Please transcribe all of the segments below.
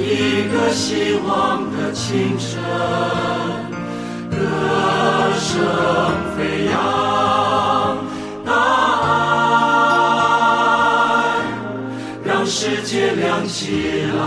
一个希望的清晨，歌声飞扬，大爱让世界亮起来。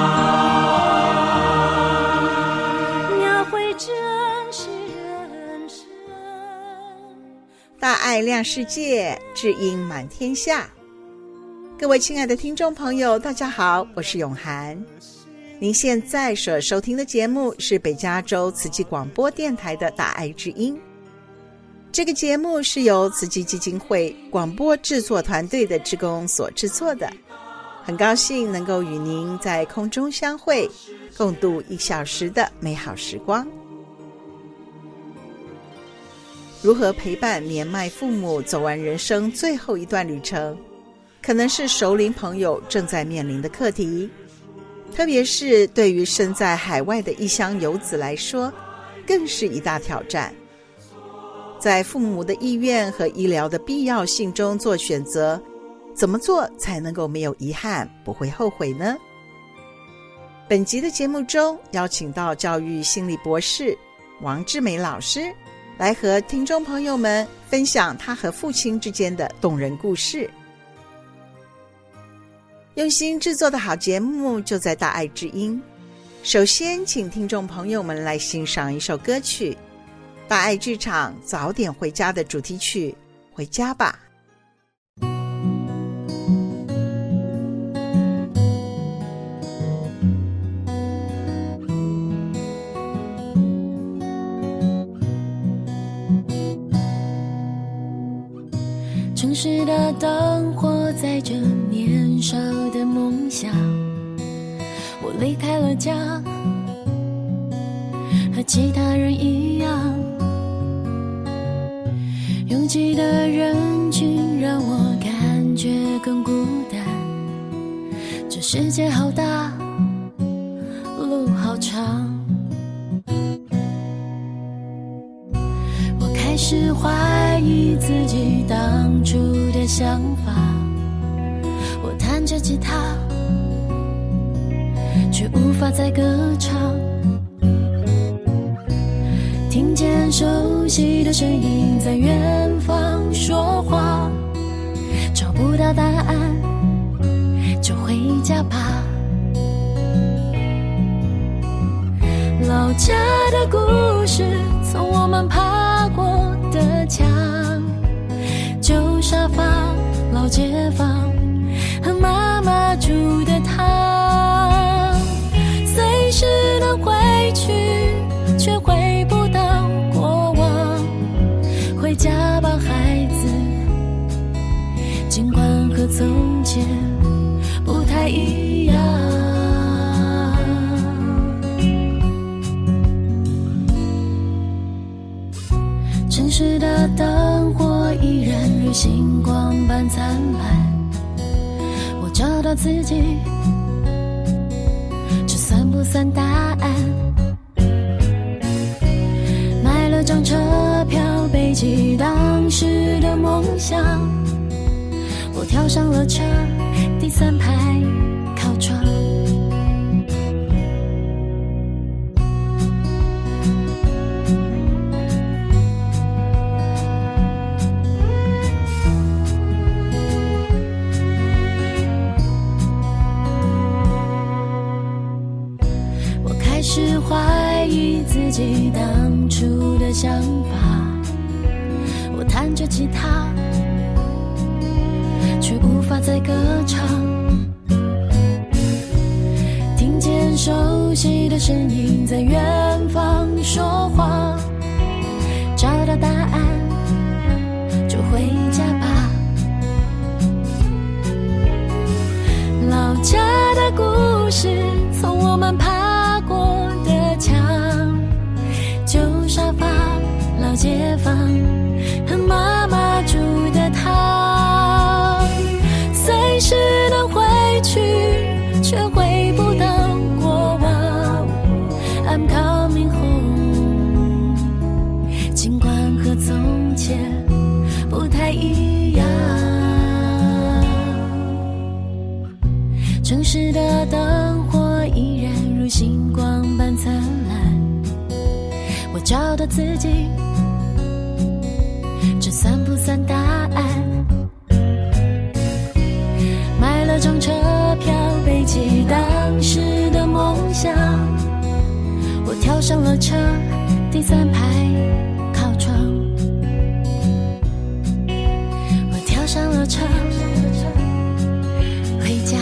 描绘真实人生， 大爱亮世界，智音满天下。各位亲爱的听众朋友，大家好，我是永涵。您现在所收听的节目是北加州慈济广播电台的大爱之音。这个节目是由慈济基金会广播制作团队的志工所制作的，很高兴能够与您在空中相会，共度1小时的美好时光。如何陪伴年迈父母走完人生最后一段旅程，可能是熟龄朋友正在面临的课题，特别是对于身在海外的异乡游子来说，更是一大挑战。在父母的意愿和医疗的必要性中做选择，怎么做才能够没有遗憾，不会后悔呢？本集的节目中，邀请到教育心理博士王志美老师，来和听众朋友们分享他和父亲之间的动人故事。用心制作的好节目就在大爱之音。首先请听众朋友们来欣赏一首歌曲，大爱剧场早点回家的主题曲《回家吧》。 城市的灯火载着年少的梦想，我离开了家，和其他人一样，拥挤的人群让我感觉更孤单。这世界好大，路好长，我开始怀疑自己当初的想法。我弹着吉他，却无法再歌唱，听见熟悉的声音在远方说话，找不到答案，就回家吧。老家的故事，从我们爬过的墙，旧沙发，老街坊和妈妈煮的汤，随时能回去，却回不到过往。回家吧，孩子，尽管和从前不太一样。城市的灯火依然如星光般灿烂，我找到自己，这算不算答案？买了张车票，背起当时的梦想，我跳上了车，第3排靠窗。开始怀疑自己当初的想法，我弹着吉他，却无法再歌唱，听见熟悉的声音在远方说话，找到答案，就回家吧。老家的故事，从我们爬过的墙，旧沙发，老街坊和妈妈煮的汤，随时能回去，却回不到过往。I'm coming home， 尽管和从前不太一样。城市的灯火依然如星光般灿烂。我找到自己，这算不算答案？买了张车票，背起当时的梦想，我跳上了车，第3排靠窗。我跳上了车，回家。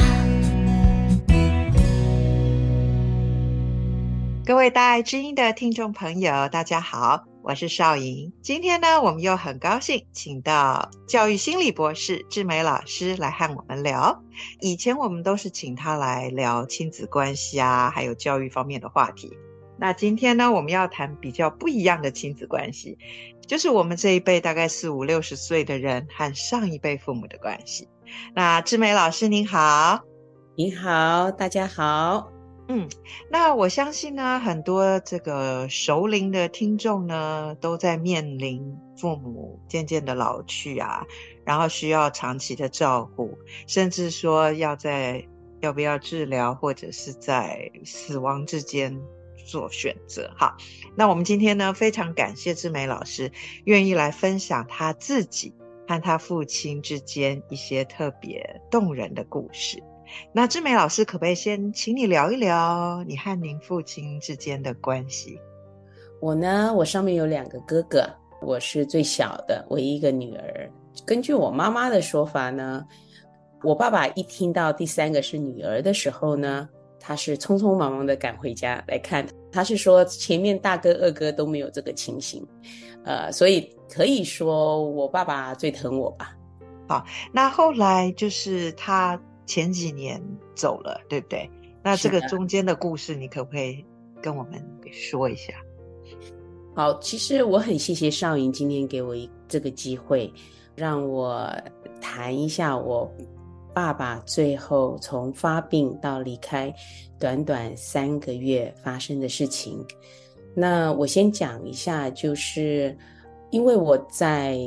各位大爱之音的听众朋友，大家好，我是邵莹。今天呢，我们又很高兴请到教育心理博士志梅老师来和我们聊。以前我们都是请他来聊亲子关系啊，还有教育方面的话题。那今天呢，我们要谈比较不一样的亲子关系，就是我们这一辈大概4、5、60岁的人和上一辈父母的关系。那志梅老师您好。 您好，大家好。 那我相信呢，很多这个熟龄的听众呢，都在面临父母渐渐的老去啊，然后需要长期的照顾，甚至说要不要治疗，或者是在死亡之间做选择。好，那我们今天呢，非常感谢志梅老师愿意来分享他自己和他父亲之间一些特别动人的故事。那志梅老师可不可以先请你聊一聊你和您父亲之间的关系？ 我上面有2个哥哥，我是最小的，唯一一个女儿。根据我妈妈的说法呢，我爸爸一听到第3个是女儿的时候呢，他是匆匆忙忙的赶回家来看。他是说前面大哥二哥都没有这个情形，所以可以说我爸爸最疼我吧。 好，那后来就是他前几年走了，对不对？那这个中间的故事你可不可以跟我们说一下？ 好，其实我很谢谢少莹今天给我这个机会，让我谈一下我爸爸最后从发病到离开短短3个月发生的事情。那我先讲一下，就是因为我在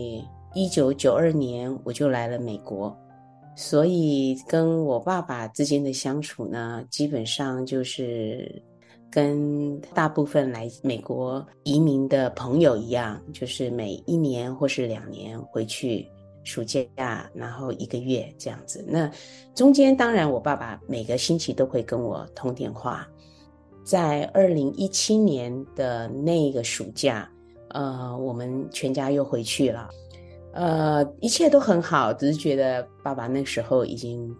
1992年我就来了美国，所以跟我爸爸之间的相处呢，基本上就是跟大部分来美国移民的朋友一样，就是每1年或是2年回去暑假，然后1个月这样子。那中间当然我爸爸每个星期都会跟我通电话。在2017年的那个暑假，我们全家又回去了。一切都很好，只是觉得爸爸那时候已经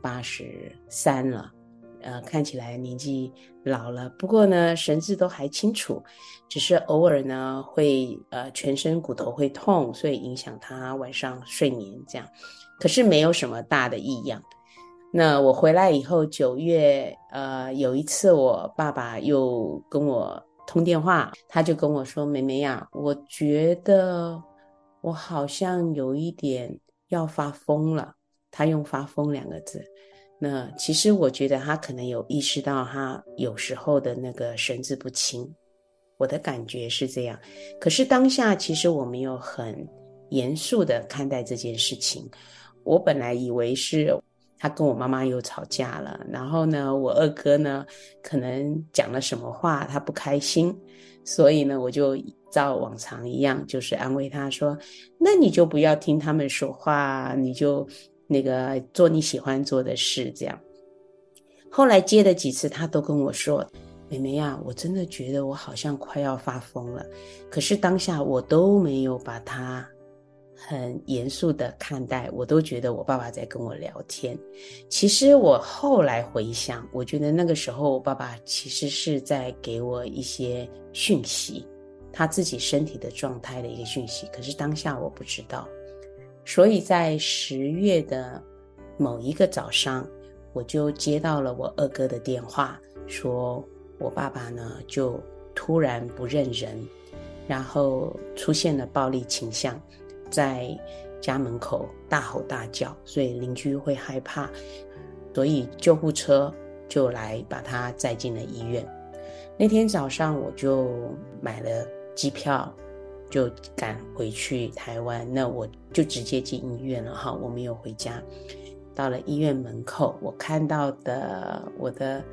83了，看起来年纪老了，不过呢神志都还清楚，只是偶尔呢会全身骨头会痛，所以影响他晚上睡眠这样，可是没有什么大的异样。那我回来以后9月有一次我爸爸又跟我通电话，他就跟我说，妹妹呀，我觉得我好像有一点要发疯了，他用发疯2个字。那其实我觉得他可能有意识到他有时候的那个神志不清，我的感觉是这样。可是当下其实我没有很严肃的看待这件事情，我本来以为是他跟我妈妈又吵架了，然后呢我二哥呢可能讲了什么话他不开心，所以呢我就照往常一样，就是安慰他说，那你就不要听他们说话，你就那个做你喜欢做的事这样。后来接了几次他都跟我说，妹妹啊，我真的觉得我好像快要发疯了，可是当下我都没有把它很严肃的看待，我都觉得我爸爸在跟我聊天。其实我后来回想，我觉得那个时候我爸爸其实是在给我一些讯息，他自己身体的状态的一个讯息，可是当下我不知道。所以在10月的某一个早上，我就接到了我二哥的电话，说我爸爸呢就突然不认人，然后出现了暴力倾向，在家门口大吼大叫，所以邻居会害怕，所以救护车就来把他载进了医院。那天早上我就买了机票，就赶回去台湾，那我就直接进医院了哈，我没有回家。到了医院门口，我看到的我的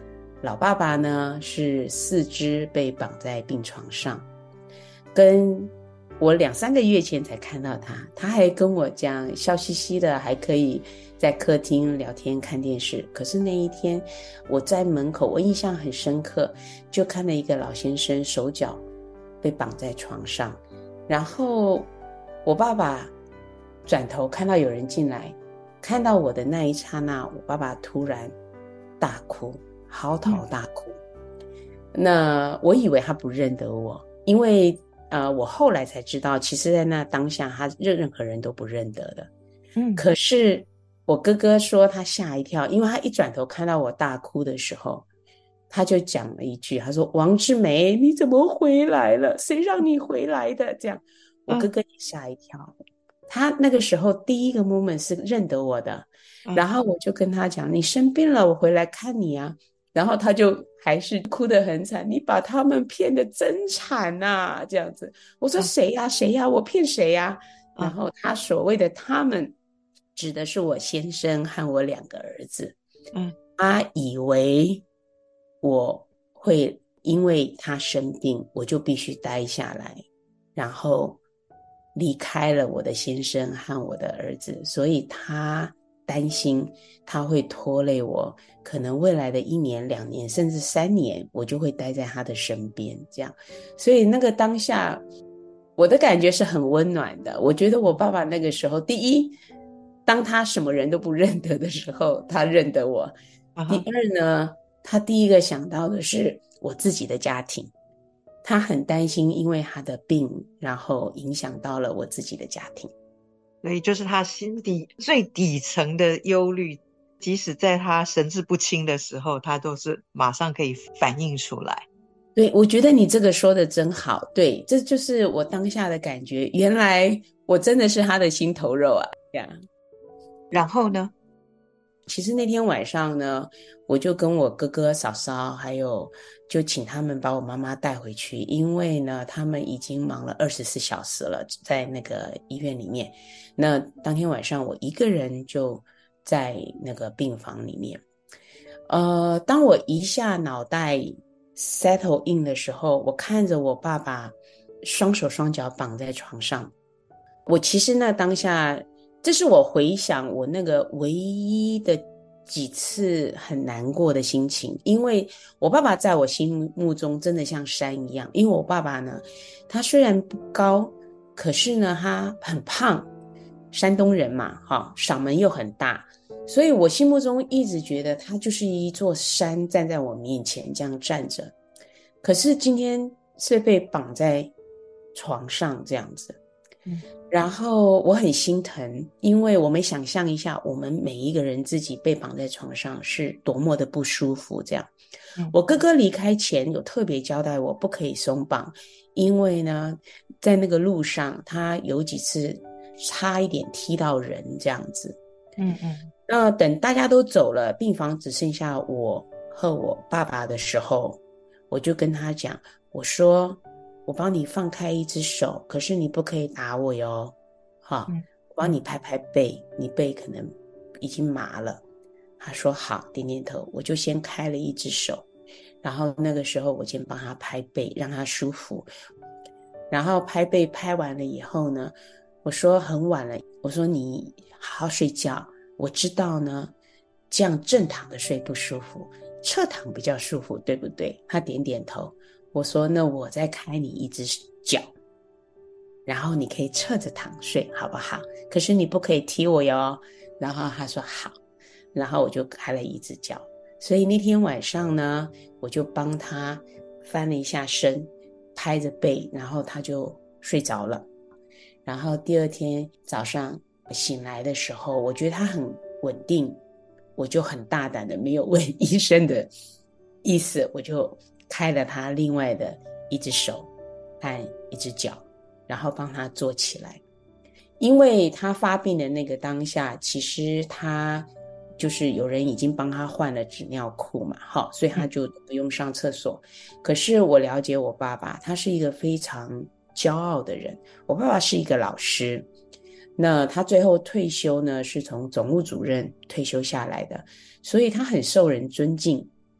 老爸爸呢是四肢被绑在病床上，跟我2-3个月前才看到他，他还跟我这样笑嘻嘻的，还可以在客厅聊天看电视。可是那一天我在门口，我印象很深刻，就看了一个老先生手脚被绑在床上，然后我爸爸转头看到有人进来，看到我的那一刹那，我爸爸突然大哭，嚎啕大哭。那我以为他不认得我，因为我后来才知道，其实在那当下他任何人都不认得的。可是我哥哥说他吓一跳，因为他一转头看到我大哭的时候，他就讲了一句，他说王志梅你怎么回来了，谁让你回来的，这样我哥哥也吓一跳。他那个时候第一个 moment 是认得我的，然后我就跟他讲你生病了，我回来看你啊。然后他就还是哭得很惨，你把他们骗得真惨啊，这样子。我说谁呀谁呀，我骗谁呀？然后他所谓的他们指的是我先生和我2个儿子。他以为我会因为他生病我就必须待下来，然后离开了我的先生和我的儿子，所以他担心他会拖累我，可能未来的1年2年甚至3年我就会待在他的身边，这样。所以那个当下我的感觉是很温暖的。我觉得我爸爸那个时候，第一，当他什么人都不认得的时候他认得我。第二呢，他第一个想到的是我自己的家庭，他很担心因为他的病然后影响到了我自己的家庭。 所以就是他心底最底层的忧虑，即使在他神志不清的时候，他都是马上可以反映出来。 对，我觉得你这个说的真好。对，这就是我当下的感觉，原来我真的是他的心头肉啊。 然后呢， 其实那天晚上呢，我就跟我哥哥嫂嫂还有就请他们把我妈妈带回去，因为呢他们已经忙了24小时了，在那个医院里面。那当天晚上我一个人就在那个病房里面。当我一下脑袋 settle in 的时候，我看着我爸爸双手双脚绑在床上，我其实那当下，这是我回想我那个唯一的几次很难过的心情。因为我爸爸在我心目中真的像山一样，因为我爸爸呢，他虽然不高，可是呢他很胖，山东人嘛，嗓门又很大，所以我心目中一直觉得他就是一座山站在我面前这样站着。可是今天是被绑在床上这样子，然后我很心疼，因为我们想象一下，我们每一个人自己被绑在床上是多么的不舒服这样。我哥哥离开前有特别交代我不可以松绑，因为呢在那个路上他有几次差一点踢到人这样子。那等大家都走了，病房只剩下我和我爸爸的时候，我就跟他讲，我说我帮你放开一只手，可是你不可以打我哟。我帮你拍拍背，你背可能已经麻了。他说好，点点头。我就先开了一只手，然后那个时候我先帮他拍背，让他舒服。然后拍背拍完了以后呢，我说很晚了，我说你好好睡觉，我知道呢这样正躺的睡不舒服，侧躺比较舒服，对不对？他点点头。我说那我再开你一只脚，然后你可以侧着躺睡好不好？可是你不可以踢我哟。然后他说好，然后我就开了一只脚。所以那天晚上呢，我就帮他翻了一下身，拍着背，然后他就睡着了。然后第二天早上醒来的时候，我觉得他很稳定，我就很大胆的没有问医生的意思，我就开了他另外的一只手和一只脚，然后帮他坐起来。因为他发病的那个当下，其实他就是有人已经帮他换了纸尿裤嘛，所以他就不用上厕所。可是我了解我爸爸，他是一个非常骄傲的人。我爸爸是一个老师，那他最后退休呢，是从总务主任退休下来的，所以他很受人尊敬。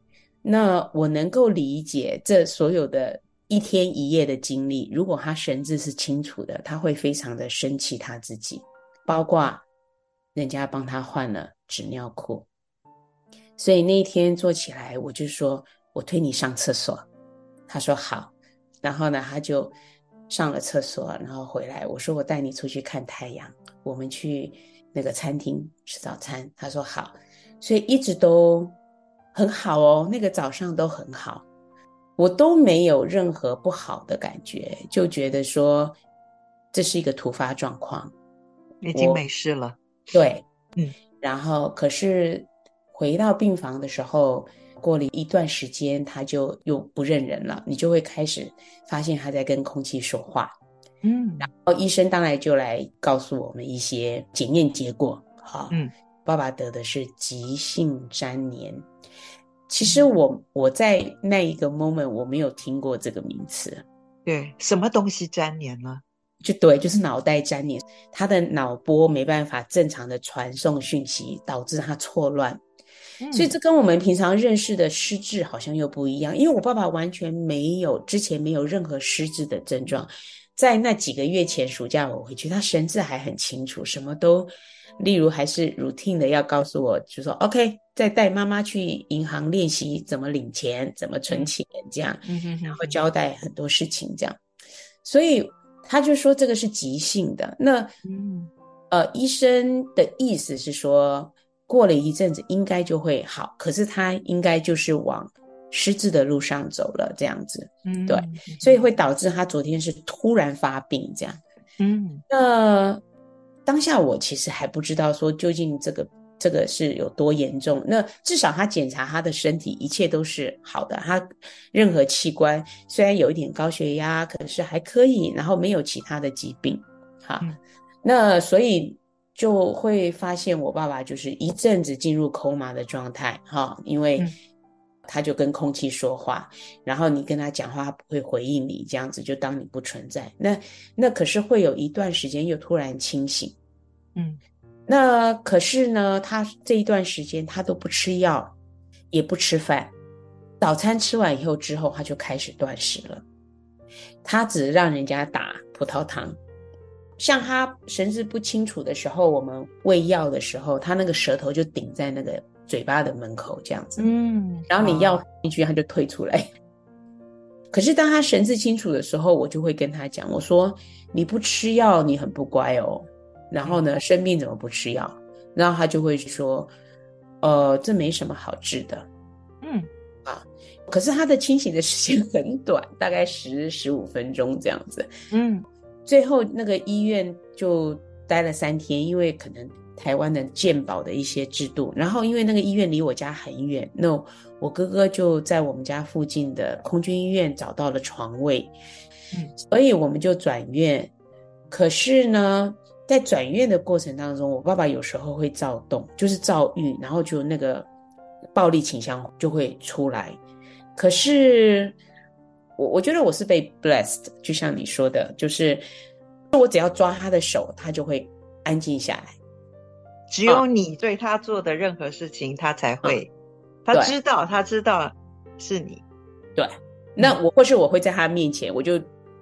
那我能够理解这所有的一天一夜的经历，如果他神志是清楚的，他会非常的生气他自己，包括人家帮他换了纸尿裤。所以那一天坐起来，我就说我推你上厕所，他说好，然后呢他就上了厕所，然后回来，我说我带你出去看太阳，我们去那个餐厅吃早餐，他说好，所以一直都很好哦，那个早上都很好，我都没有任何不好的感觉，就觉得说这是一个突发状况， 已经没事了。 对，然后可是回到病房的时候，过了一段时间他就又不认人了，你就会开始发现他在跟空气说话。然后医生当然就来告诉我们一些检验结果。爸爸得的是急性粘连。其实我在那一个 moment 我没有听过这个名词。 对，什么东西粘连了？ 就是脑袋粘连，他的脑波没办法正常的传送讯息，导致他错乱。所以这跟我们平常认识的失智好像又不一样，因为我爸爸完全之前没有任何失智的症状。在那几个月前暑假我回去，他神志还很清楚，什么都，例如还是 routine 的要告诉我，就说 OK 再带妈妈去银行练习怎么领钱怎么存钱这样，然后交代很多事情这样。所以他就说这个是急性的。那医生的意思是说过了一阵子应该就会好，可是他应该就是往失智的路上走了这样子。对，所以会导致他昨天是突然发病这样。那当下我其实还不知道说究竟这个是有多严重。那至少他检查他的身体一切都是好的，他任何器官虽然有一点高血压可是还可以，然后没有其他的疾病。好，那所以就会发现我爸爸就是一阵子进入 coma 的状态。因为他就跟空气说话，然后你跟他讲话他不会回应你，这样子就当你不存在。那可是会有一段时间又突然清醒。那可是呢他这一段时间他都不吃药也不吃饭，早餐吃完以后之后他就开始断食了，他只让人家打葡萄糖。像他神志不清楚的时候，我们喂药的时候他那个舌头就顶在那个嘴巴的门口这样子，然后你药进去他就退出来。可是当他神志清楚的时候，我就会跟他讲，我说你不吃药你很不乖哦，然后呢生病怎么不吃药？然后他就会说这没什么好治的。可是他的清醒的时间很短，大概10-15分钟这样子。最后那个医院就待了3天，因为可能台湾的健保的一些制度，然后因为那个医院离我家很远，那我哥哥就在我们家附近的空军医院找到了床位。所以我们就转院。可是呢在转院的过程当中，我爸爸有时候会躁动，就是躁郁，然后就那个暴力倾向就会出来。可是我觉得我是被 blessed， 就像你说的，就是我只要抓他的手他就会安静下来。 只有你对他做的任何事情他才会，他知道是你。 对，那或是我会在他面前，我就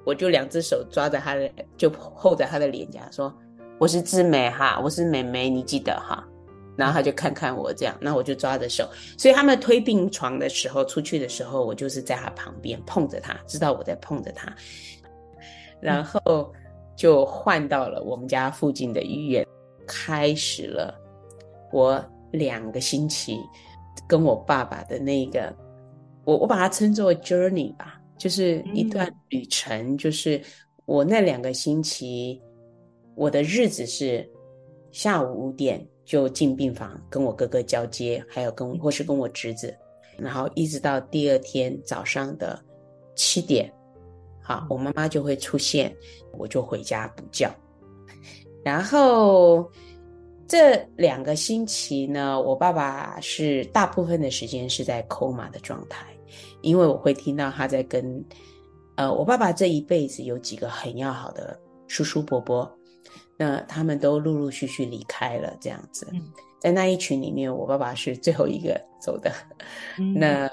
2只手抓着他的，就厚着他的脸颊说我是志美哈，我是妹妹，你记得哈。然后他就看看我这样，那我就抓着手。所以他们推病床的时候，出去的时候，我就是在他旁边碰着他，知道我在碰着他。然后就换到了我们家附近的医院，开始了我2个星期跟我爸爸的那个，我把它称作 journey 吧，就是一段旅程。就是我那2个星期，我的日子是下午5点就进病房跟我哥哥交接，还有或是跟我侄子，然后一直到第2天早上的7点，好，我妈妈就会出现，我就回家补觉。然后这2个星期呢，我爸爸是大部分的时间是在 coma 的状态，因为我会听到他在跟我爸爸这一辈子有几个很要好的叔叔伯伯，那他们都陆陆续续离开了这样子。在那一群里面，我爸爸是最后一个走的。那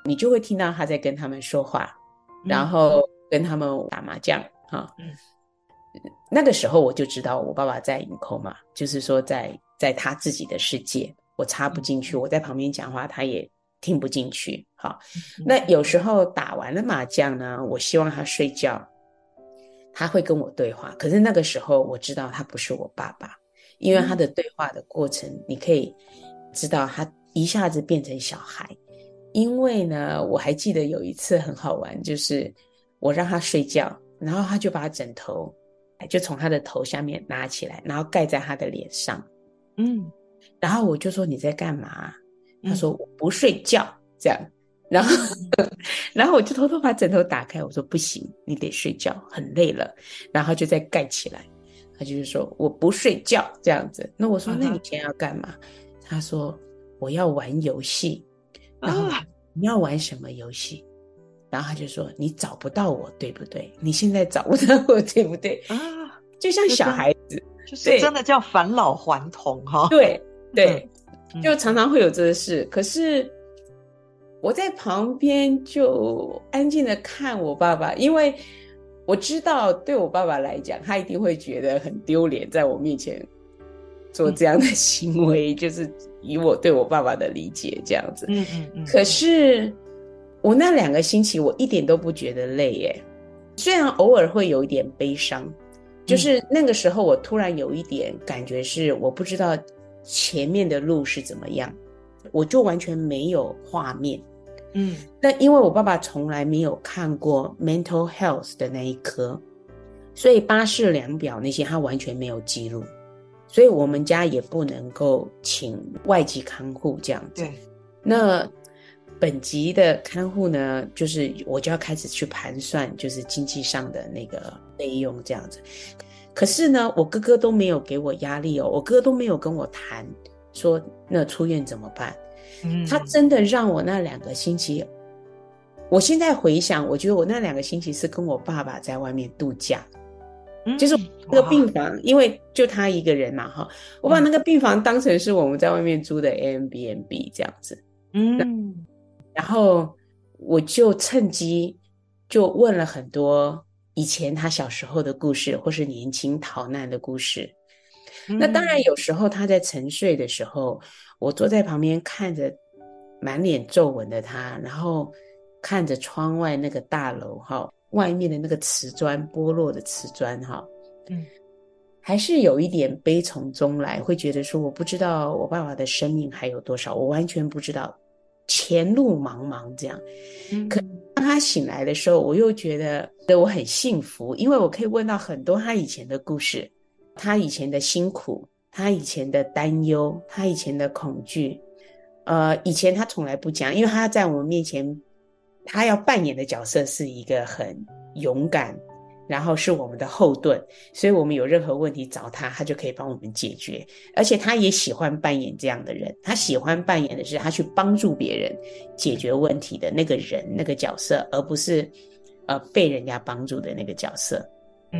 你就会听到他在跟他们说话，然后跟他们打麻将那个时候我就知道我爸爸在隐空嘛，就是说在他自己的世界，我插不进去，我在旁边讲话他也听不进去。好，那有时候打完了麻将呢，我希望他睡觉，他会跟我对话，可是那个时候我知道他不是我爸爸，因为他的对话的过程你可以知道他一下子变成小孩。因为呢我还记得有一次很好玩，就是我让他睡觉，然后他就把枕头就从他的头下面拿起来，然后盖在他的脸上。然后我就说你在干嘛？他说我不睡觉这样。然后我就偷偷把枕头打开，我说不行，你得睡觉，很累了。然后就再盖起来，他就是说我不睡觉这样子。那我说那你现在要干嘛？他说我要玩游戏。然后你要玩什么游戏？然后他就说你找不到我对不对？你现在找不到我对不对？就像小孩子， 就是真的叫返老还童哈。 对，就常常会有这个事。可是我在旁边就安静的看我爸爸，因为我知道对我爸爸来讲，他一定会觉得很丢脸，在我面前做这样的行为，就是以我对我爸爸的理解这样子。可是我那2个星期我一点都不觉得累耶，虽然偶尔会有一点悲伤，就是那个时候我突然有一点感觉是我不知道前面的路是怎么样，我就完全没有画面。那因为我爸爸从来没有看过 mental health 的那一科，所以巴氏量表那些他完全没有记录，所以我们家也不能够请外籍看护这样子。 对， 那本级的看护呢，就是我就要开始去盘算就是经济上的那个费用这样子。可是呢我哥哥都没有给我压力我哥哥都没有跟我谈说那出院怎么办。他真的让我那2个星期，我现在回想我觉得我那2个星期是跟我爸爸在外面度假。就是那个病房因为就他一个人嘛我把那个病房当成是我们在外面租的 Airbnb 这样子。然后我就趁机就问了很多以前他小时候的故事，或是年轻逃难的故事。那当然有时候他在沉睡的时候，我坐在旁边看着满脸皱纹的他，然后看着窗外那个大楼外面的那个瓷砖剥落的瓷砖还是有一点悲从中来，会觉得说我不知道我爸爸的生命还有多少，我完全不知道，前路茫茫这样。可当他醒来的时候，我又觉得我很幸福，因为我可以问到很多他以前的故事，他以前的辛苦，他以前的担忧，他以前的恐惧。以前他从来不讲，因为他在我们面前他要扮演的角色是一个很勇敢，然后是我们的后盾，所以我们有任何问题找他，他就可以帮我们解决。而且他也喜欢扮演这样的人，他喜欢扮演的是他去帮助别人解决问题的那个人，那个角色，而不是被人家帮助的那个角色。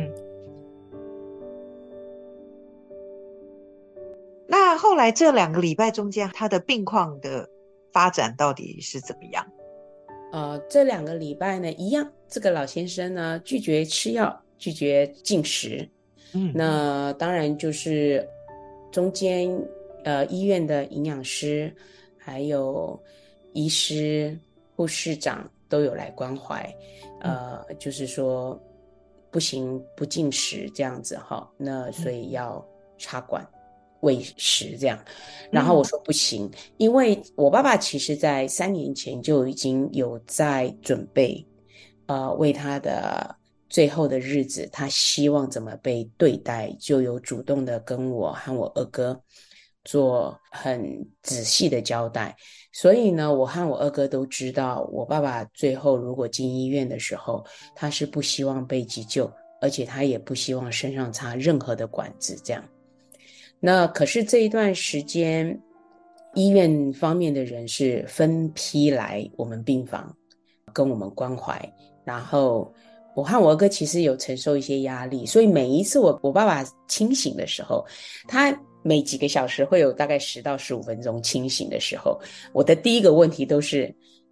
那后来这2个礼拜中间他的病况的发展到底是怎么样？ 这2个礼拜呢一样，这个老先生呢拒绝吃药，拒绝进食。那当然就是中间医院的营养师还有医师护士长都有来关怀，就是说不行不进食这样子那所以要插管喂食这样。然后我说不行，因为我爸爸其实在3年前就已经有在准备为他的最后的日子他希望怎么被对待，就有主动的跟我和我二哥做很仔细的交代。所以呢我和我二哥都知道我爸爸最后如果进医院的时候，他是不希望被急救，而且他也不希望身上插任何的管子这样。那可是这一段时间医院方面的人是分批来我们病房跟我们关怀，然后我和我二哥其实有承受一些压力，所以每一次我爸爸清醒的时候，他每几个小时会有大概10到15分钟清醒的时候，我的第一个问题都是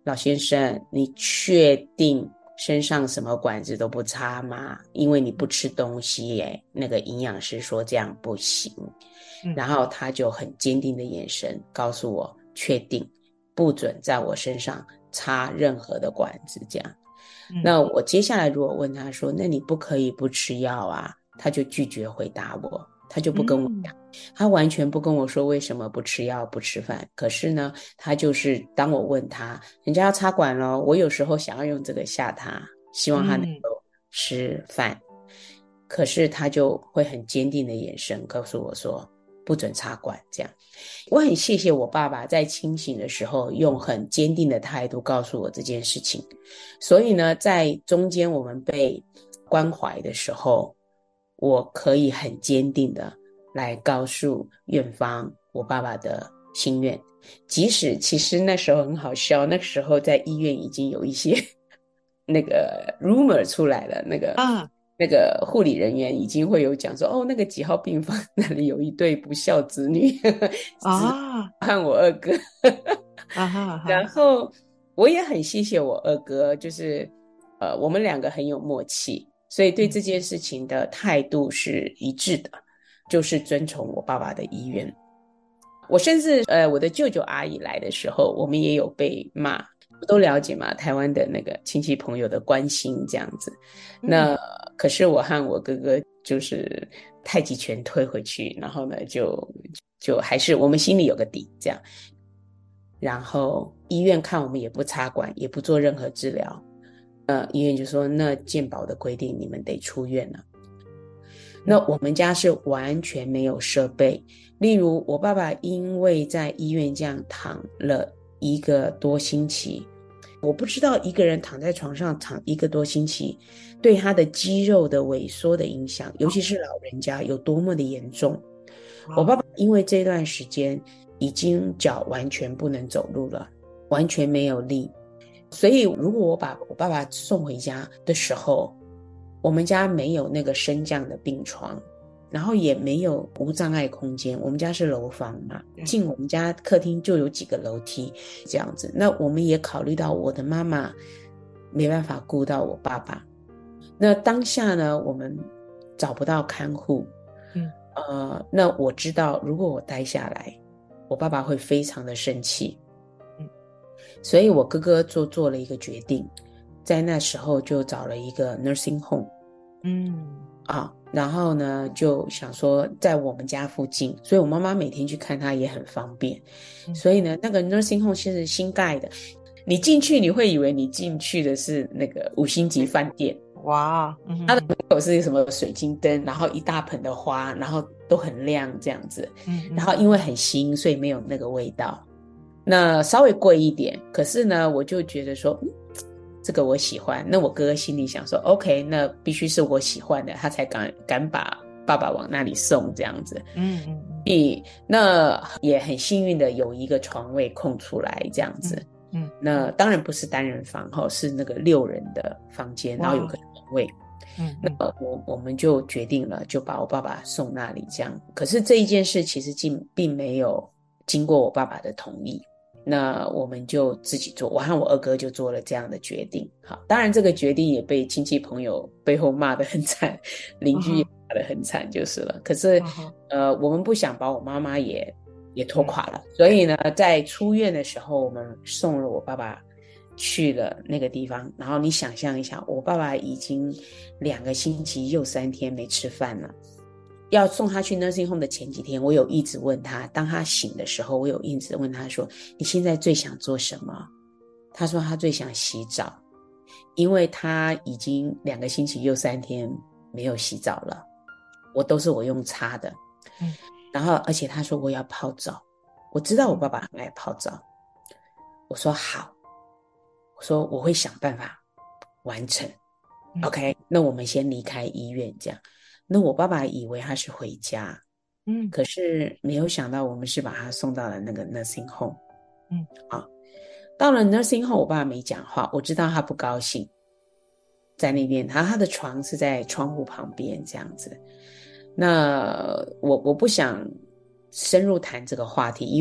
老先生，你确定身上什么管子都不插吗？因为你不吃东西耶，那个营养师说这样不行。然后他就很坚定的眼神告诉我，确定不准在我身上插任何的管子这样。那我接下来如果问他说，那你不可以不吃药啊？他就拒绝回答我，他就不跟我讲，他完全不跟我说为什么不吃药不吃饭。可是呢，他就是当我问他人家要插管咯，我有时候想要用这个吓他，希望他能够吃饭，可是他就会很坚定的眼神告诉我说不准插管这样。我很谢谢我爸爸在清醒的时候用很坚定的态度告诉我这件事情。所以呢，在中间我们被关怀的时候，我可以很坚定的来告诉院方我爸爸的心愿。即使其实那时候很好笑，那时候在医院已经有一些那个 rumor 出来了，那个护理人员已经会有讲说，那个几号病房那里有一对不孝子女和我二哥然后我也很谢谢我二哥，就是我们两个很有默契，所以对这件事情的态度是一致的，就是遵从我爸爸的意愿。我甚至我的舅舅阿姨来的时候，我们也有被骂，都了解嘛，台湾的那个亲戚朋友的关心这样子。那可是我和我哥哥就是太极拳推回去，然后呢就还是我们心里有个底这样。然后医院看我们也不插管，也不做任何治疗，医院就说那健保的规定你们得出院了。那我们家是完全没有设备，例如我爸爸因为在医院这样躺了1个多星期，我不知道一个人躺在床上躺1个多星期对他的肌肉的萎缩的影响，尤其是老人家有多么的严重。我爸爸因为这段时间已经脚完全不能走路了，完全没有力，所以如果我把我爸爸送回家的时候，我们家没有那个升降的病床，然后也没有无障碍空间，我们家是楼房嘛，进我们家客厅就有几个楼梯这样子。那我们也考虑到我的妈妈没办法顾到我爸爸，那当下呢我们找不到看护，那我知道如果我待下来我爸爸会非常的生气，所以我哥哥就做了一个决定，在那时候就找了一个 nursing home，然后呢就想说在我们家附近，所以我妈妈每天去看他也很方便，所以呢那个 nursing home 是新盖的，你进去你会以为你进去的是那个5星级饭店， 哇， 它的门口是什么水晶灯，然后一大盆的花，然后都很亮这样子，然后因为很新所以没有那个味道，那稍微贵一点，可是呢我就觉得说这个我喜欢。那我哥哥心里想说 OK， 那必须是我喜欢的，他才敢把爸爸往那里送这样子。那也很幸运的有一个床位空出来这样子。那当然不是单人房，是那个6人的房间，然后有个床位。那我们就决定了就把我爸爸送那里这样。可是这一件事其实并没有经过我爸爸的同意，那我们就自己做，我和我二哥就做了这样的决定。好，当然这个决定也被亲戚朋友背后骂得很惨，邻居也骂得很惨就是了。可是我们不想把我妈妈也拖垮了，所以呢在出院的时候我们送了我爸爸去了那个地方。然后你想象一下，我爸爸已经2个星期又3天没吃饭了。要送他去 nursing home 的前几天，我有一直问他，当他醒的时候我有一直问他说你现在最想做什么？他说他最想洗澡，因为他已经2个星期又3天没有洗澡了，都是我用擦的。然后而且他说我要泡澡，我知道我爸爸很爱泡澡。我说好，我说我会想办法完成。OK， 那我们先离开医院这样。那我爸爸以为他是回家，可是没有想到我们是把他送到了那个 nursing home。到了 nursing home 我爸爸没讲话，我知道他不高兴，在那边他的床是在窗户旁边这样子。那我不想深入谈这个话题，因为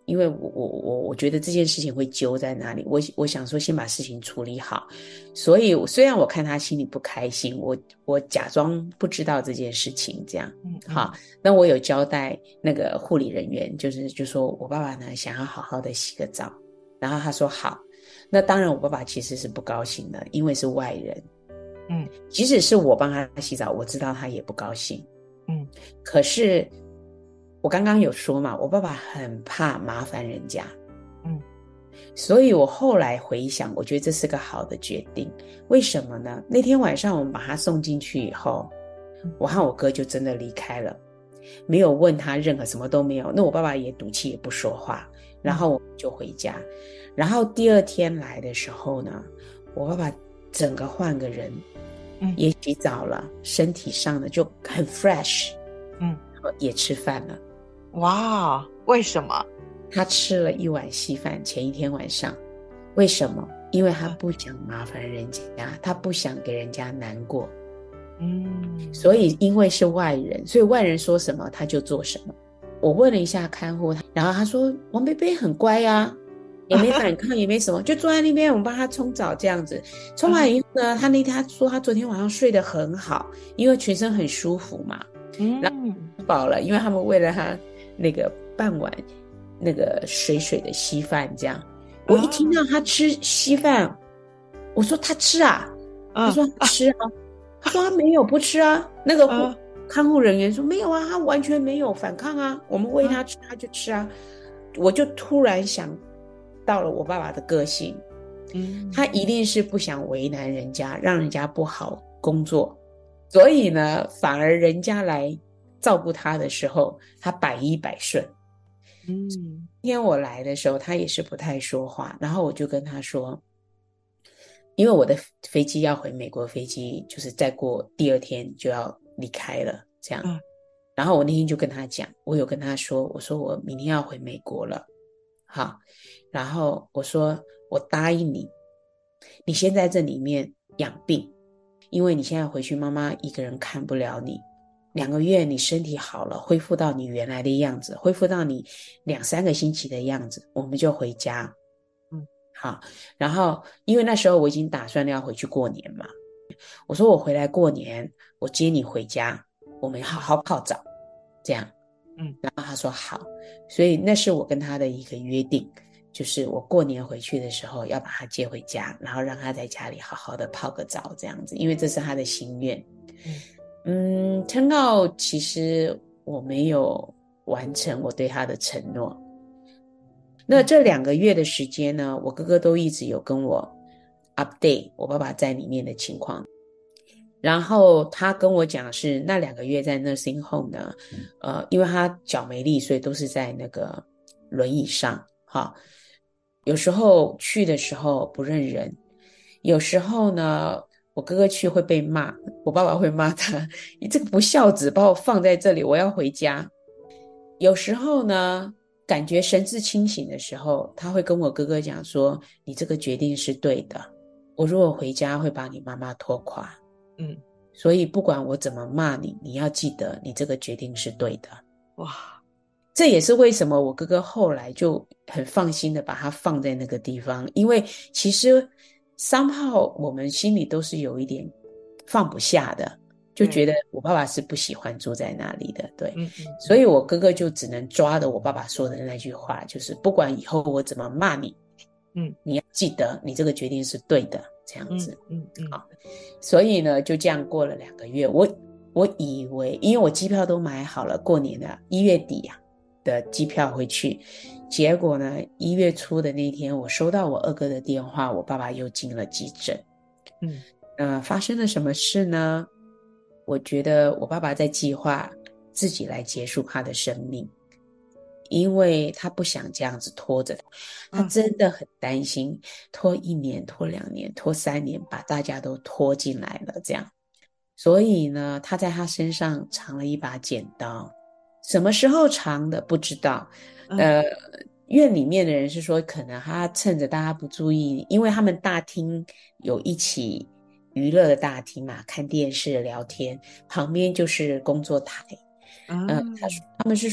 因为我觉得这件事情会揪在那里，我想说先把事情处理好，所以虽然我看他心里不开心，我假装不知道这件事情这样。好，那我有交代那个护理人员，就说我爸爸呢想要好好的洗个澡，然后他说好。那当然我爸爸其实是不高兴的，因为是外人。即使是我帮他洗澡，我知道他也不高兴。可是我刚刚有说嘛，我爸爸很怕麻烦人家。所以我后来回想，我觉得这是个好的决定。为什么呢？那天晚上我们把他送进去以后，我和我哥就真的离开了，没有问他任何，什么都没有。那我爸爸也赌气也不说话，然后我们就回家。然后第二天来的时候呢，我爸爸整个换个人，也洗澡了，身体上的就很 fresh，也吃饭了。 哇，为什么？ 他吃了一碗稀饭，前一天晚上。为什么？因为他不想麻烦人家，他不想给人家难过。所以因为是外人，所以外人说什么他就做什么。我问了一下看护，然后他说王贝贝很乖啊，也没反抗也没什么，就坐在那边我们帮他冲澡这样子。冲完以后呢，他说他昨天晚上睡得很好，因为全身很舒服嘛。然后吃饱了，因为他们为了他那个半碗那个水的稀饭这样。我一听到他吃稀饭，我说他吃啊，他说他吃啊，他说他没有不吃啊。那个看护人员说没有啊，他完全没有反抗啊，我们喂他吃他就吃啊。我就突然想到了我爸爸的个性，他一定是不想为难人家，让人家不好工作，所以呢反而人家来照顾他的时候他百依百顺。今天我来的时候他也是不太说话，然后我就跟他说，因为我的飞机要回美国，飞机就是再过第二天就要离开了这样。然后我那天就跟他讲，我有跟他说，我说我明天要回美国了，好，然后我说我答应你，你先在这里面养病，因为你现在回去妈妈一个人看不了你，2个月你身体好了，恢复到你原来的样子，恢复到你2-3个星期的样子，我们就回家。好，然后因为那时候我已经打算要回去过年嘛，我说我回来过年我接你回家，我们好好泡澡这样。然后他说好，所以那是我跟他的一个约定，就是我过年回去的时候要把他接回家，然后让他在家里好好的泡个澡这样子，因为这是他的心愿。turn out其实我没有完成我对他的承诺。那这2个月的时间呢，我哥哥都一直有跟我 update 我爸爸在里面的情况。然后他跟我讲是那2个月在 nursing home 呢，因为他脚没力，所以都是在那个轮椅上。好，有时候去的时候不认人，有时候呢我哥哥去会被骂，我爸爸会骂他，你这个不孝子，把我放在这里，我要回家。有时候呢感觉神志清醒的时候，他会跟我哥哥讲说，你这个决定是对的，我如果回家会把你妈妈拖垮。所以不管我怎么骂你，你要记得你这个决定是对的。 哇， 这也是为什么我哥哥后来就很放心的把他放在那个地方，因为其实somehow我们心里都是有一点放不下的，就觉得我爸爸是不喜欢住在那里的。对，所以我哥哥就只能抓着我爸爸说的那句话，就是不管以后我怎么骂你，你要记得你这个决定是对的，这样子。好，所以呢就这样过了2个月。我以为因为我机票都买好了，过年的1月底的机票回去，结果呢1月初的那天我收到我二哥的电话，我爸爸又进了急诊。发生了什么事呢？我觉得我爸爸在计划自己来结束他的生命，因为他不想这样子拖着他真的很担心拖1年拖2年拖3年把大家都拖进来了这样。所以呢他在他身上藏了一把剪刀，什么时候藏的不知道。院里面的人是说可能他趁着大家不注意，因为他们大厅有一起娱乐的大厅嘛，看电视聊天，旁边就是工作台。他们是说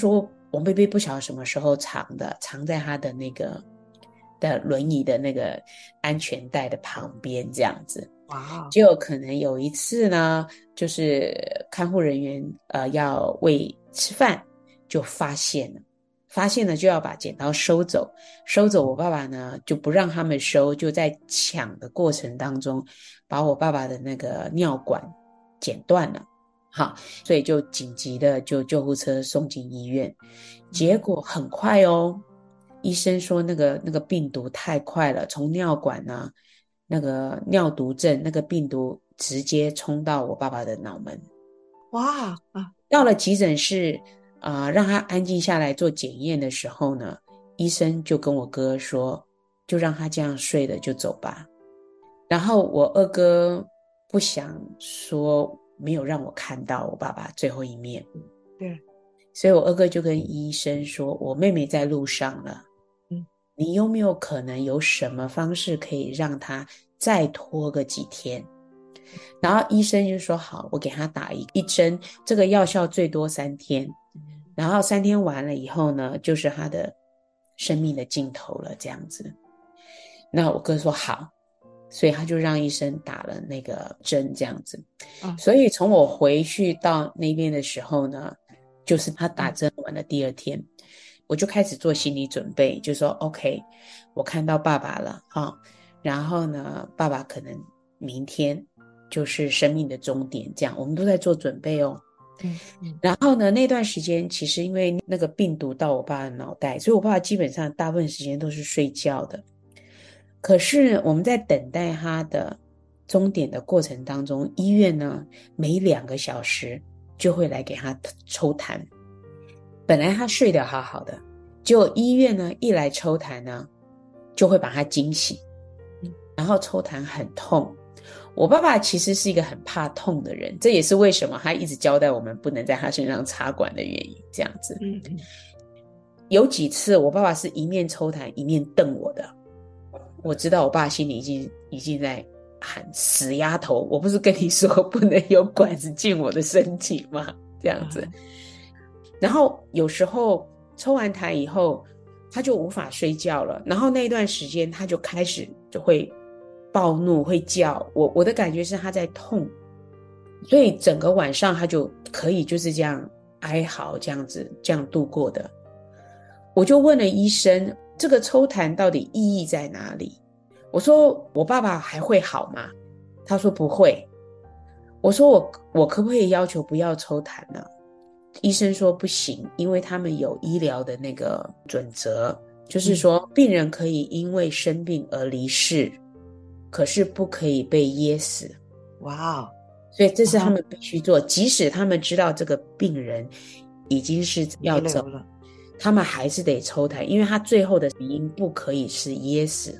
王贝贝不晓得什么时候藏在他的那个的轮椅的那个安全带的旁边这样子。 哇， 就可能有一次呢，就是看护人员要喂吃饭，就发现了就要把剪刀收走，我爸爸呢就不让他们收，就在抢的过程当中把我爸爸的那个尿管剪断了。好，所以就紧急的就救护车送进医院，结果很快哦，医生说那个病毒太快了，从尿管呢那个尿毒症那个病毒直接冲到我爸爸的脑门。 哇啊！ 到了急诊室让他安静下来做检验的时候呢，医生就跟我哥说，就让他这样睡了就走吧。然后我二哥不想说没有让我看到我爸爸最后一面， 对， 所以我二哥就跟医生说，我妹妹在路上了，你有没有可能有什么方式可以让他再拖个几天？然后医生就说好，我给他打一针，这个药效最多3天，然后3天完了以后呢，就是他的生命的尽头了这样子。那我哥说好，所以他就让医生打了那个针这样子。所以从我回去到那边的时候呢，就是他打针完的第2天，我就开始做心理准备，就说 OK， 我看到爸爸了然后呢，爸爸可能明天就是生命的终点，这样我们都在做准备哦。然后呢，那段时间其实因为那个病毒到我爸的脑袋，所以我爸爸基本上大部分时间都是睡觉的。可是我们在等待他的终点的过程当中，医院呢每2个小时就会来给他抽痰。本来他睡得好好的，结果医院呢一来抽痰呢，就会把他惊醒，然后抽痰很痛。我爸爸其实是一个很怕痛的人，这也是为什么他一直交代我们不能在他身上插管的原因这样子。有几次我爸爸是一面抽痰一面瞪我的，我知道我爸心里已经在喊死丫头，我不是跟你说不能有管子进我的身体吗？这样子。然后有时候抽完痰以后他就无法睡觉了，然后那段时间他就开始就会暴怒会叫，我的感觉是他在痛，所以整个晚上他就可以就是这样哀嚎这样度过的。我就问了医生，这个抽痰到底意义在哪里？我说我爸爸还会好吗？他说不会。我说我可不可以要求不要抽痰呢？医生说不行，因为他们有医疗的那个准则，就是说病人可以因为生病而离世，可是不可以被噎死。 哇哦！ 所以这是他们必须做，即使他们知道这个病人已经是要走了，他们还是得抽痰，因为他最后的死因不可以是噎死。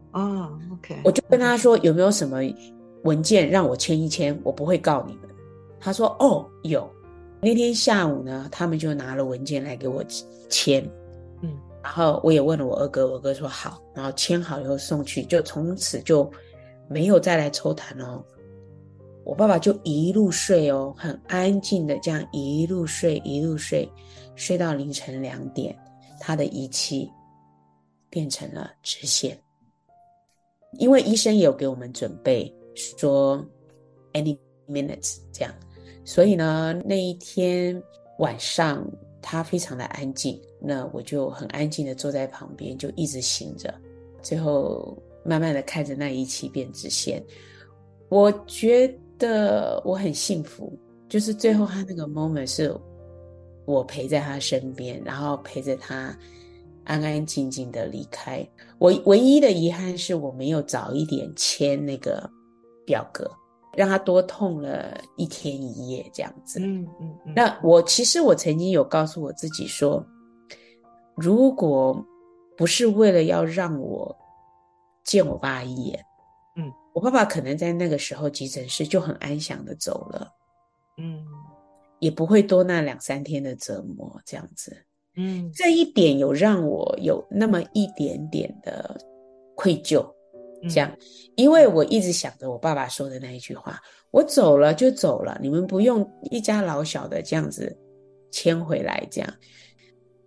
OK。 我就跟他说有没有什么文件让我签一签，我不会告你们。他说有。那天下午呢，他们就拿了文件来给我签，然后我也问了我二哥，我哥说好，然后签好以后送去，就从此就没有再来抽痰哦。我爸爸就一路睡哦，很安静的这样一路睡睡到凌晨2点，他的仪器变成了直线。因为医生也有给我们准备说 any minutes 这样，所以呢那一天晚上他非常的安静，那我就很安静的坐在旁边，就一直醒着，最后慢慢的看着那仪器变直线。我觉得我很幸福，就是最后他那个 moment 是我陪在他身边，然后陪着他安安静静的离开。我唯一的遗憾是我没有早一点签那个表格，让他多痛了1天1夜这样子。那其实我曾经有告诉我自己说，如果不是为了要让我见我爸一眼，我爸爸可能在那个时候急诊室就很安详的走了，也不会多那2-3天的折磨这样子。这一点有让我有那么一点点的愧疚，这样，因为我一直想着我爸爸说的那一句话，我走了就走了，你们不用一家老小的这样子牵回来这样。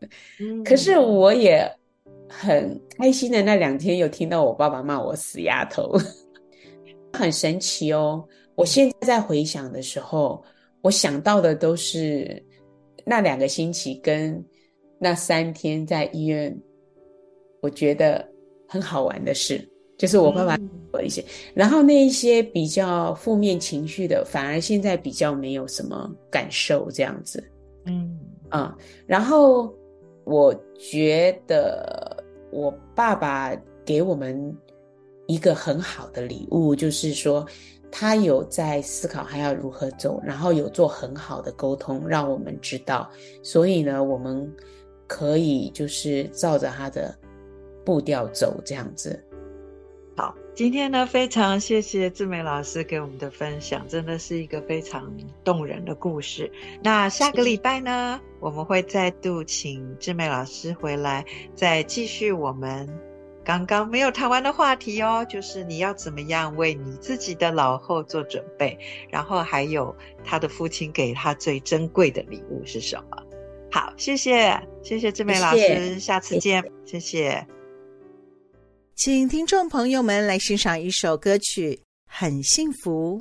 可是我也很开心的那2天有听到我爸爸骂我死丫头，很神奇哦。我现在在回想的时候，我想到的都是那2个星期跟那3天在医院，我觉得很好玩的事，就是我爸爸做一些，然后那一些比较负面情绪的，反而现在比较没有什么感受这样子。然后我觉得我爸爸给我们一个很好的礼物，就是说他有在思考还要如何走，然后有做很好的沟通让我们知道，所以呢我们可以就是照着他的步调走这样子。 好，今天呢非常谢谢志美老师给我们的分享，真的是一个非常动人的故事。那下个礼拜呢，我们会再度请志美老师回来，再继续我们刚刚没有谈完的话题哦，就是你要怎么样为你自己的老后做准备，然后还有他的父亲给他最珍贵的礼物是什么。好，谢谢志美老师，下次见，谢谢。 请听众朋友们来欣赏一首歌曲《很幸福》。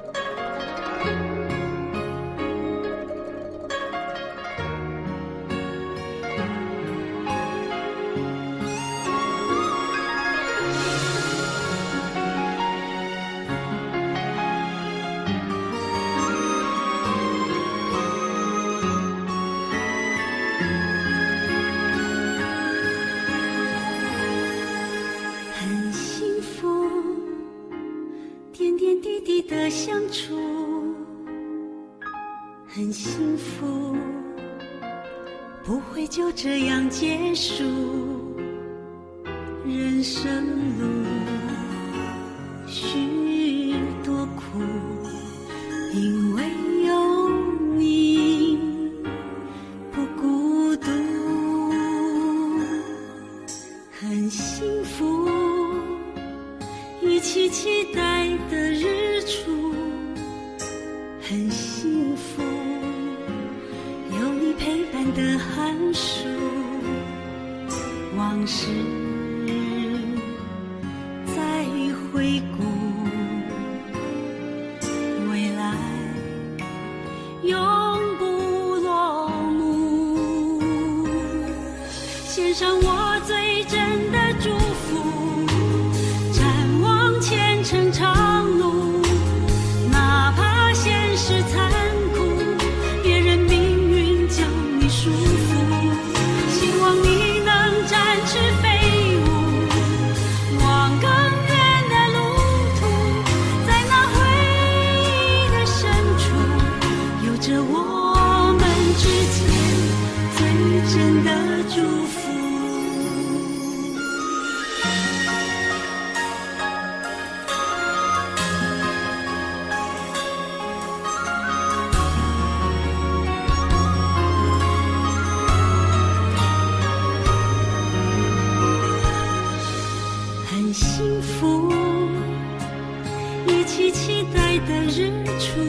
的相处很幸福，不会就这样结束。人生路许多苦，因为有你不孤独，很幸福，一起期待的日出，很幸福，有你陪伴的寒暑，往事再回顾，未来永不落幕，献上我最真的祝福，展望前程长路，哪怕现实残酷，别人命运将你束缚，希望你能展翅飞舞，往更远的路途，在那回忆的深处，有着我们之间最真的祝福。很幸福，一起期待的日出，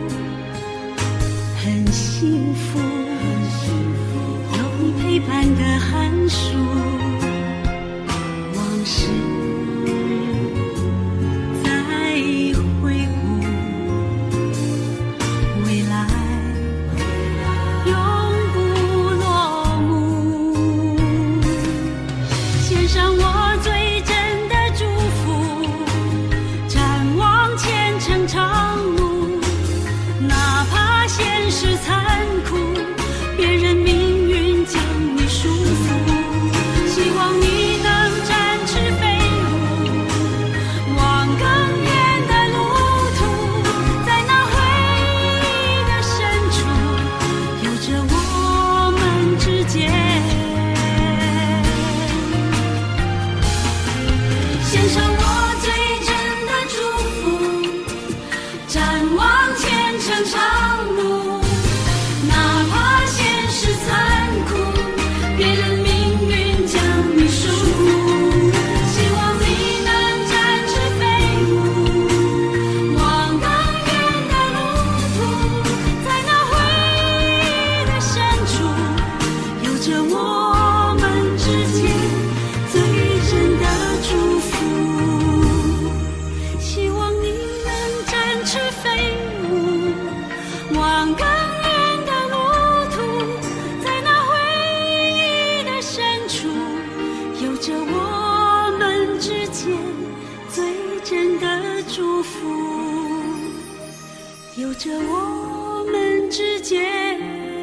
很幸福，有你陪伴的寒暑，往事再回顾，未来永不落幕，献上我最真的祝福，展望前程长路，哪怕现实残酷，别人命运将你束缚，希望你能展翅飞舞，往更远的路途，在那回忆的深处，有着我们之间，献上我最真的祝福，展望前程长路，哪怕现实残酷，别人命运将你束缚，希望你能展翅飞舞，往更远的路途，在那回忆的深处，有着我有着我们之间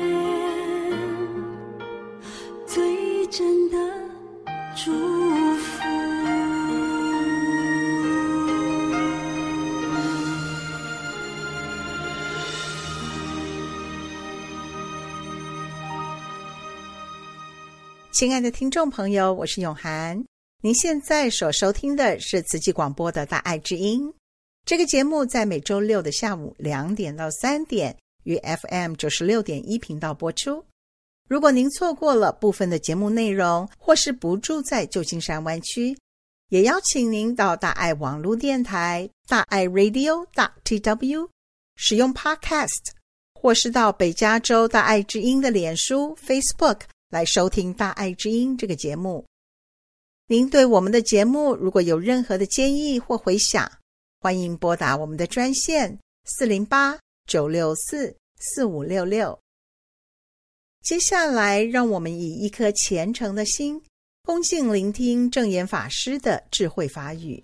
最真的祝福。 亲爱的听众朋友，我是永涵。您现在所收听的是慈济广播的大爱之音。这个节目在每周六的下午2点到3点于 FM 96.1频道播出。如果您错过了部分的节目内容，或是不住在旧金山湾区，也邀请您到大爱网络电台大爱 radio.tw 使用 Podcast， 或是到北加州大爱之音的脸书 Facebook 来收听大爱之音这个节目。您对我们的节目如果有任何的建议或回响，欢迎拨打我们的专线408-964-4566。接下来让我们以一颗虔诚的心，恭敬聆听证严法师的智慧法语。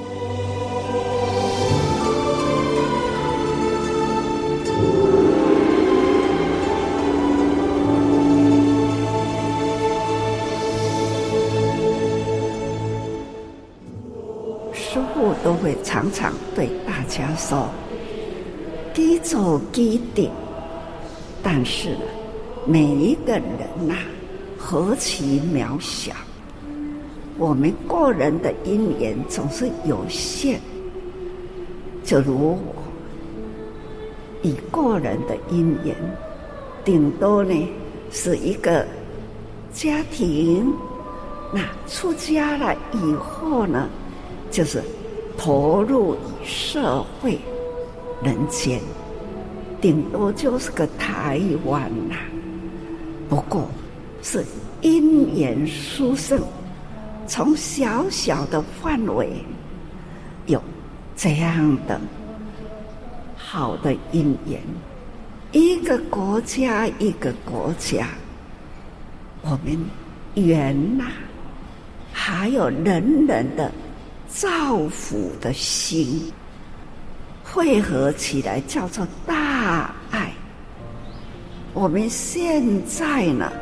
师父都会常常对大家说，基走基定，但是每一个人啊，何其渺小，我们个人的因缘总是有限。就如我以个人的因缘，顶多呢是一个家庭，那出家了以后呢，就是投入社会人间，顶多就是个台湾啦。不过是因缘殊胜，从小小的范围有这样的好的因缘，一个国家一个国家，我们缘呐，还有人人的造福的心汇合起来，叫做大爱。我们现在呢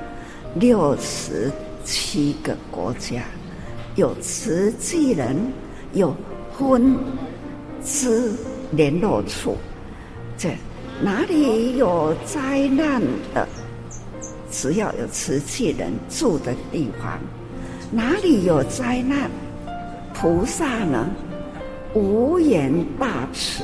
67个国家，有慈济人，有分支联络处，这哪里有灾难的，只要有慈济人住的地方，哪里有灾难，菩萨呢无言大慈，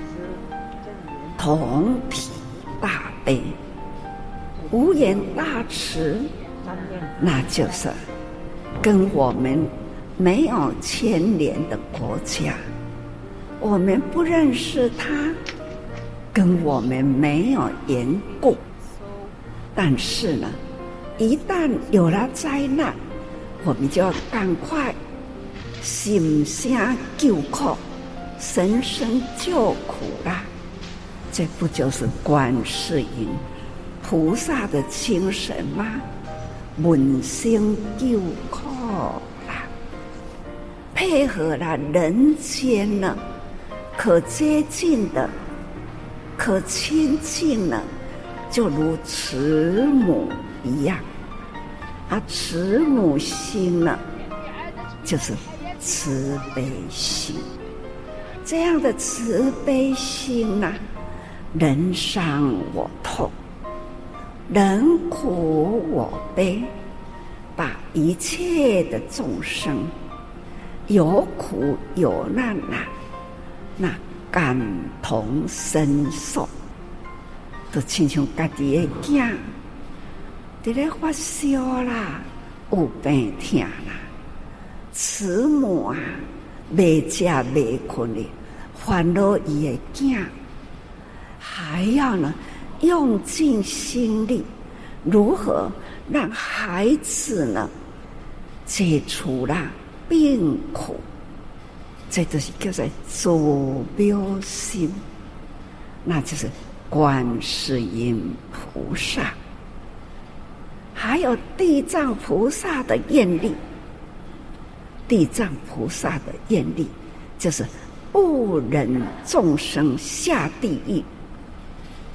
同体大悲。无言大慈，那就是跟我们没有牵连的国家，我们不认识他，跟我们没有缘故，但是呢，一旦有了灾难，我们就要赶快心声救苦，神神救苦啦。这不就是观世音菩萨的精神吗？闻声救苦啦，配合了人间呢可接近的、可亲近的，就如慈母一样。而慈母心呢，就是慈悲心。这样的慈悲心呢，人伤我痛，人苦我悲，把一切的众生有苦有难啊，那感同身受，就亲像家己的囝在咧发烧啦，有病痛啦，慈母啊，未食未困的烦恼伊的囝，还要呢用尽心力，如何让孩子呢解除了病苦，这就是叫做祖标心，那就是观世音菩萨。还有地藏菩萨的愿力，地藏菩萨的愿力就是不忍众生下地狱，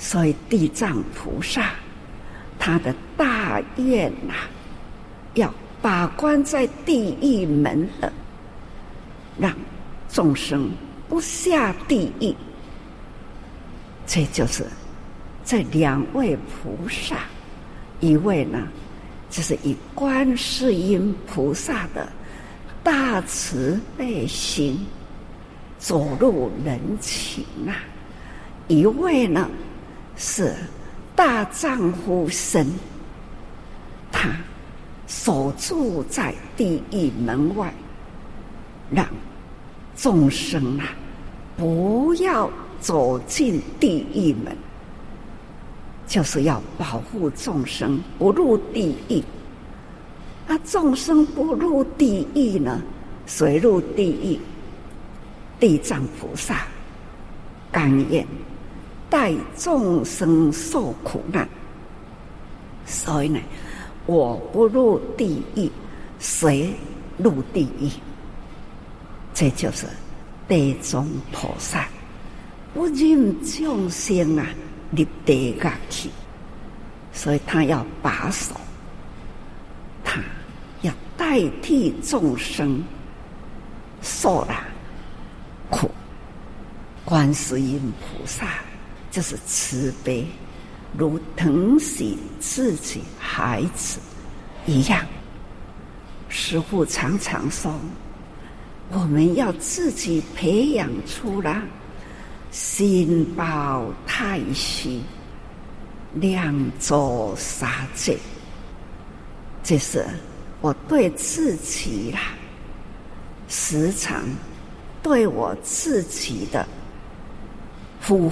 所以地藏菩萨他的大愿要把关在地狱门的，让众生不下地狱。这就是这两位菩萨，一位呢就是以观世音菩萨的大慈悲心走入人情一位呢是大丈夫身，他守住在地狱门外，让众生不要走进地狱门，就是要保护众生不入地狱。众生不入地狱呢，谁入地狱？地藏菩萨甘愿带众生受苦难，所以呢，我不入地狱，谁入地狱？这就是地藏菩萨不忍众生入地狱去，所以他要把守，他要代替众生受了苦。观世音菩萨就是慈悲，如疼惜自己孩子一样。师父常常说，我们要自己培养出来心抱太虚，量作杀戒。这是我对自己时常对我自己的呼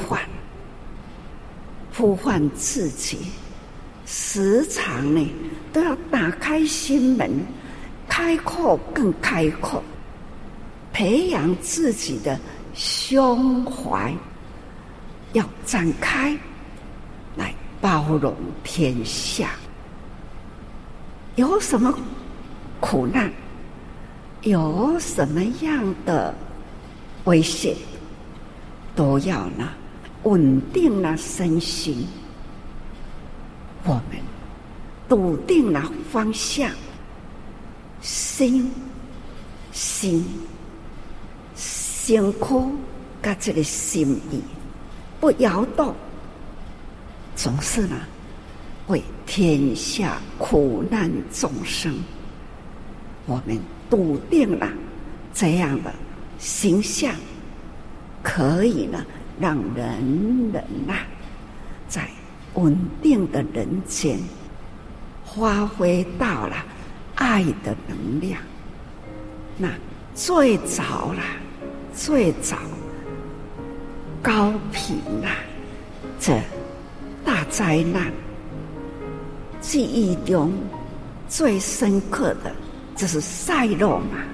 唤自己，时常呢都要打开心门，开阔更开阔，培养自己的胸怀，要展开来包容天下。有什么苦难，有什么样的危险，都要稳定身心，我们笃定方向，心身躯跟这个心意不摇动，总是为天下苦难众生，我们笃定了这样的形象，可以让人在稳定的人间发挥到了爱的能量。那最早高频这大灾难记忆中最深刻的就是塞勒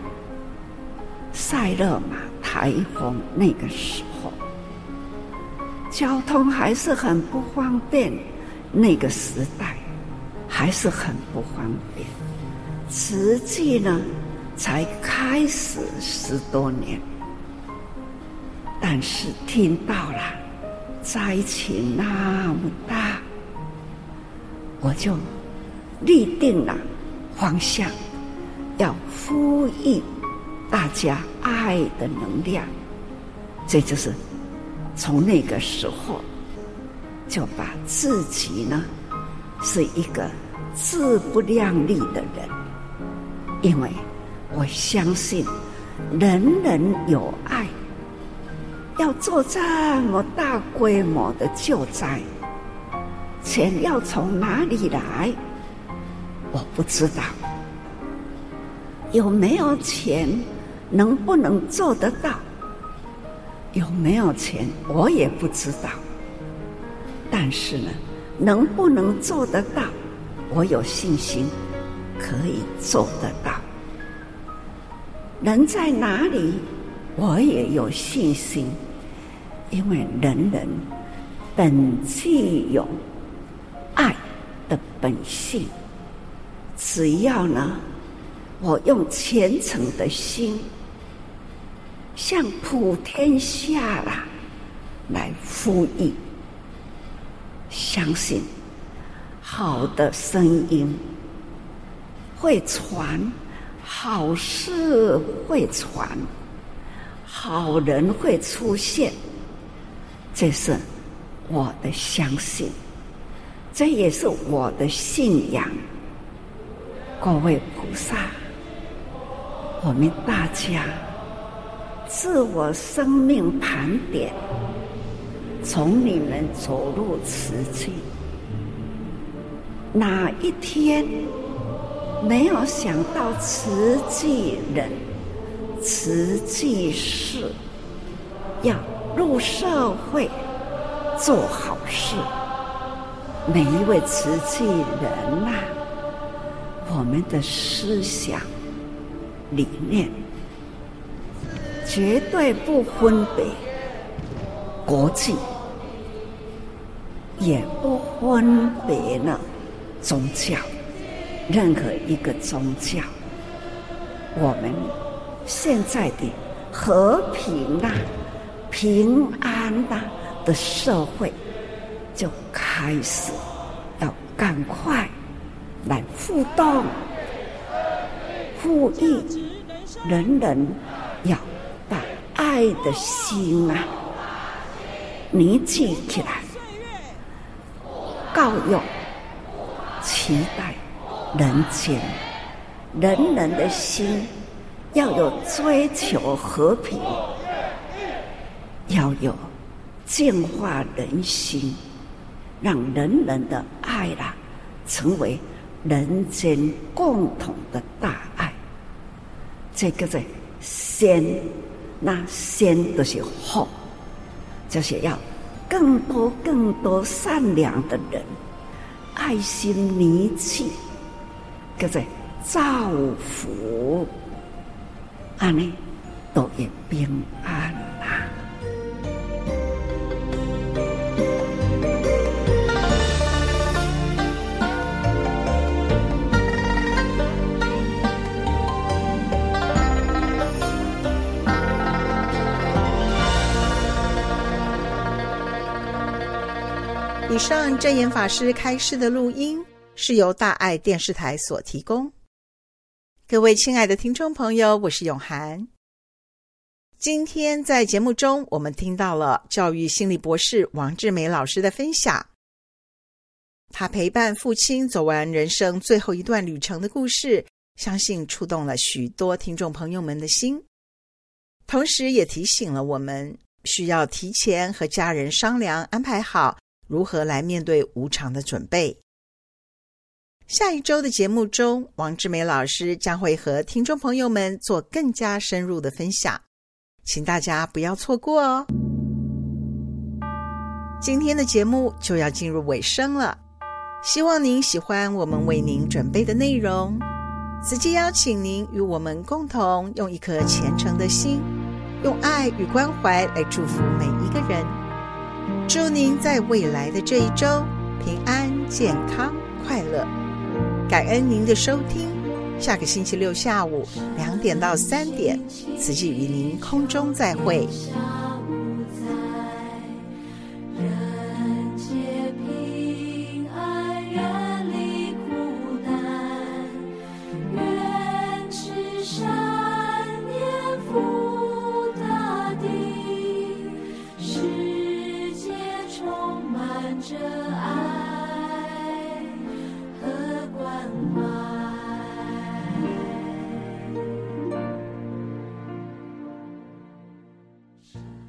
玛台风。那个时候交通还是很不方便，那个时代还是很不方便，实际才开始10多年，但是听到了灾情那么大，我就立定了方向，要呼吁大家爱的能量。这就是从那个时候就把自己是一个自不量力的人，因为我相信人人有爱，要做这么大规模的救灾，钱要从哪里来我不知道，有没有钱能不能做得到，有没有钱我也不知道，但是能不能做得到，我有信心可以做得到。人在哪里我也有信心，因为人人本具有爱的本性，只要我用虔诚的心向普天下来呼吁， 相信好的声音会传，好事会传，好人会出现，这是我的相信，这也是我的信仰。各位菩萨，我们大家自我生命盘点，从你们走入慈济，哪一天没有想到慈济人、慈济事要入社会做好事？每一位慈济人啊，我们的思想理念绝对不分别国际，也不分别了宗教，任何一个宗教。我们现在的和平啊、平安啊的社会，就开始要赶快来互动、互益，人人要把爱的心啊凝聚起来，告诉期待人间人人的心要有追求和平，要有净化人心，让人人的爱啦成为人间共同的大爱。这个是先，那先就是后，就是要更多更多善良的人，爱心凝聚，就是造福，安尼都会平安啦。 以上证严法师开示的录音是由大爱电视台所提供。各位亲爱的听众朋友，我是永涵。今天在节目中，我们听到了教育心理博士王志梅老师的分享，他陪伴父亲走完人生最后一段旅程的故事，相信触动了许多听众朋友们的心，同时也提醒了我们需要提前和家人商量，安排好如何来面对无常的准备。下一周的节目中，王志梅老师将会和听众朋友们做更加深入的分享，请大家不要错过哦。今天的节目就要进入尾声了，希望您喜欢我们为您准备的内容。慈济邀请您与我们共同用一颗虔诚的心，用爱与关怀来祝福每一个人。祝您在未来的这一周平安、健康、快乐。感恩您的收听，下个星期六下午2点到3点，慈济与您空中再会。 是